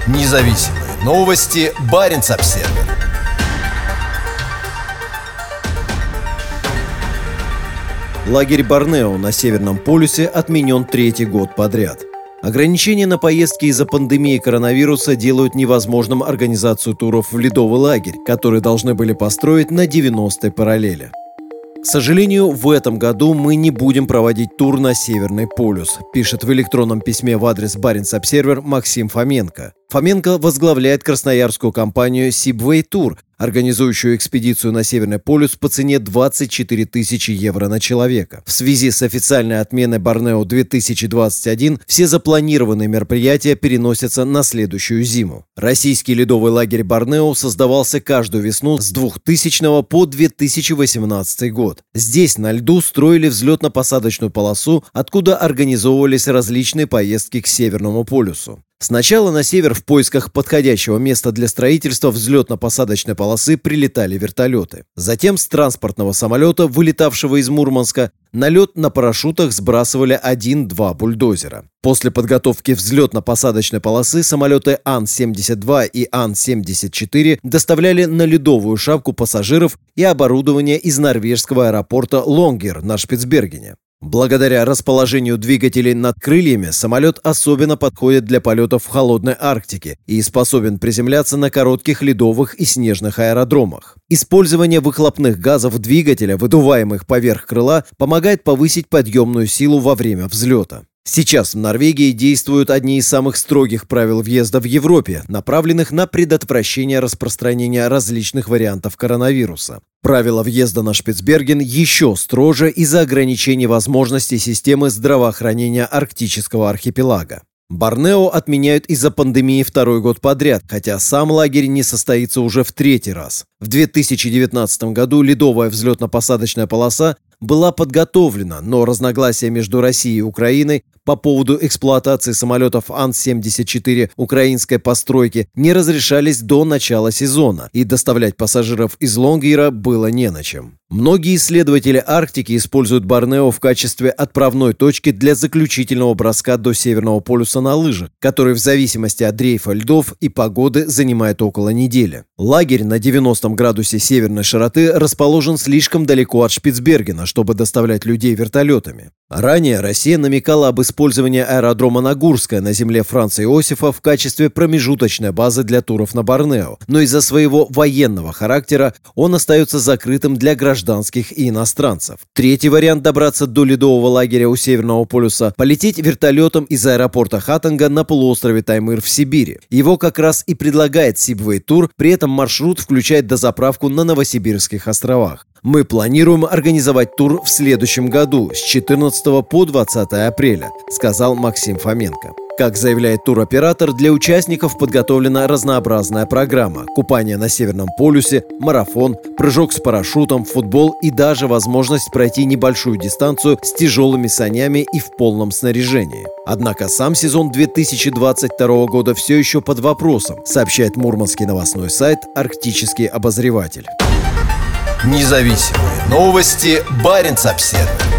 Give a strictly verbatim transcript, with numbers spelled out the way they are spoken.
Независимые новости. Баренц-Обсервер. Лагерь Борнео на Северном полюсе отменен третий год подряд. Ограничения на поездки из-за пандемии коронавируса делают невозможным организацию туров в ледовый лагерь, который должны были построить на девяностой параллели. К сожалению, в этом году мы не будем проводить тур на Северный полюс, пишет в электронном письме в адрес Баренц-Обсервер Максим Фоменко. Фоменко возглавляет красноярскую компанию Сибвей Тур, организующую экспедицию на Северный полюс по цене двадцать четыре тысячи евро на человека. В связи с официальной отменой Борнео две тысячи двадцать один все запланированные мероприятия переносятся на следующую зиму. Российский ледовый лагерь Борнео создавался каждую весну с двухтысячного по две тысячи восемнадцатый год. Здесь на льду строили взлетно-посадочную полосу, откуда организовывались различные поездки к Северному полюсу. Сначала на север в поисках подходящего места для строительства взлетно-посадочной полосы прилетали вертолеты. Затем с транспортного самолета, вылетавшего из Мурманска, на лед на парашютах сбрасывали один-два бульдозера. После подготовки взлетно-посадочной полосы самолеты Ан семьдесят два и Ан семьдесят четыре доставляли на ледовую шапку пассажиров и оборудование из норвежского аэропорта Лонгер на Шпицбергене. Благодаря расположению двигателей над крыльями самолет особенно подходит для полетов в холодной Арктике и способен приземляться на коротких ледовых и снежных аэродромах. Использование выхлопных газов двигателя, выдуваемых поверх крыла, помогает повысить подъемную силу во время взлета. Сейчас в Норвегии действуют одни из самых строгих правил въезда в Европе, направленных на предотвращение распространения различных вариантов коронавируса. Правила въезда на Шпицберген еще строже из-за ограничений возможностей системы здравоохранения арктического архипелага. Борнео отменяют из-за пандемии второй год подряд, хотя сам лагерь не состоится уже в третий раз. В две тысячи девятнадцатом году ледовая взлетно-посадочная полоса была подготовлена, но разногласия между Россией и Украиной по поводу эксплуатации самолетов Ан семьдесят четыре украинской постройки не разрешались до начала сезона, и доставлять пассажиров из Лонгера было не на чем. Многие исследователи Арктики используют Борнео в качестве отправной точки для заключительного броска до Северного полюса на лыжах, который в зависимости от дрейфа льдов и погоды занимает около недели. Лагерь на девяностом градусе северной широты расположен слишком далеко от Шпицбергена, чтобы доставлять людей вертолетами. Ранее Россия намекала об использовании аэродрома Нагурская на земле Франца Иосифа в качестве промежуточной базы для туров на Борнео, но из-за своего военного характера он остается закрытым для гражданских и иностранцев. Третий вариант добраться до ледового лагеря у Северного полюса – полететь вертолетом из аэропорта Хатанга на полуострове Таймыр в Сибири. Его как раз и предлагает Сибвей Тур, при этом маршрут включает дозаправку на Новосибирских островах. Мы планируем организовать тур в следующем году с четырнадцатого по двадцатое апреля, сказал Максим Фоменко. Как заявляет туроператор, для участников подготовлена разнообразная программа: купание на Северном полюсе, марафон, прыжок с парашютом, футбол и даже возможность пройти небольшую дистанцию с тяжелыми санями и в полном снаряжении. Однако сам сезон две тысячи двадцать второго года все еще под вопросом, сообщает мурманский новостной сайт «Арктический обозреватель». Независимые новости. Баренц-Обсервер.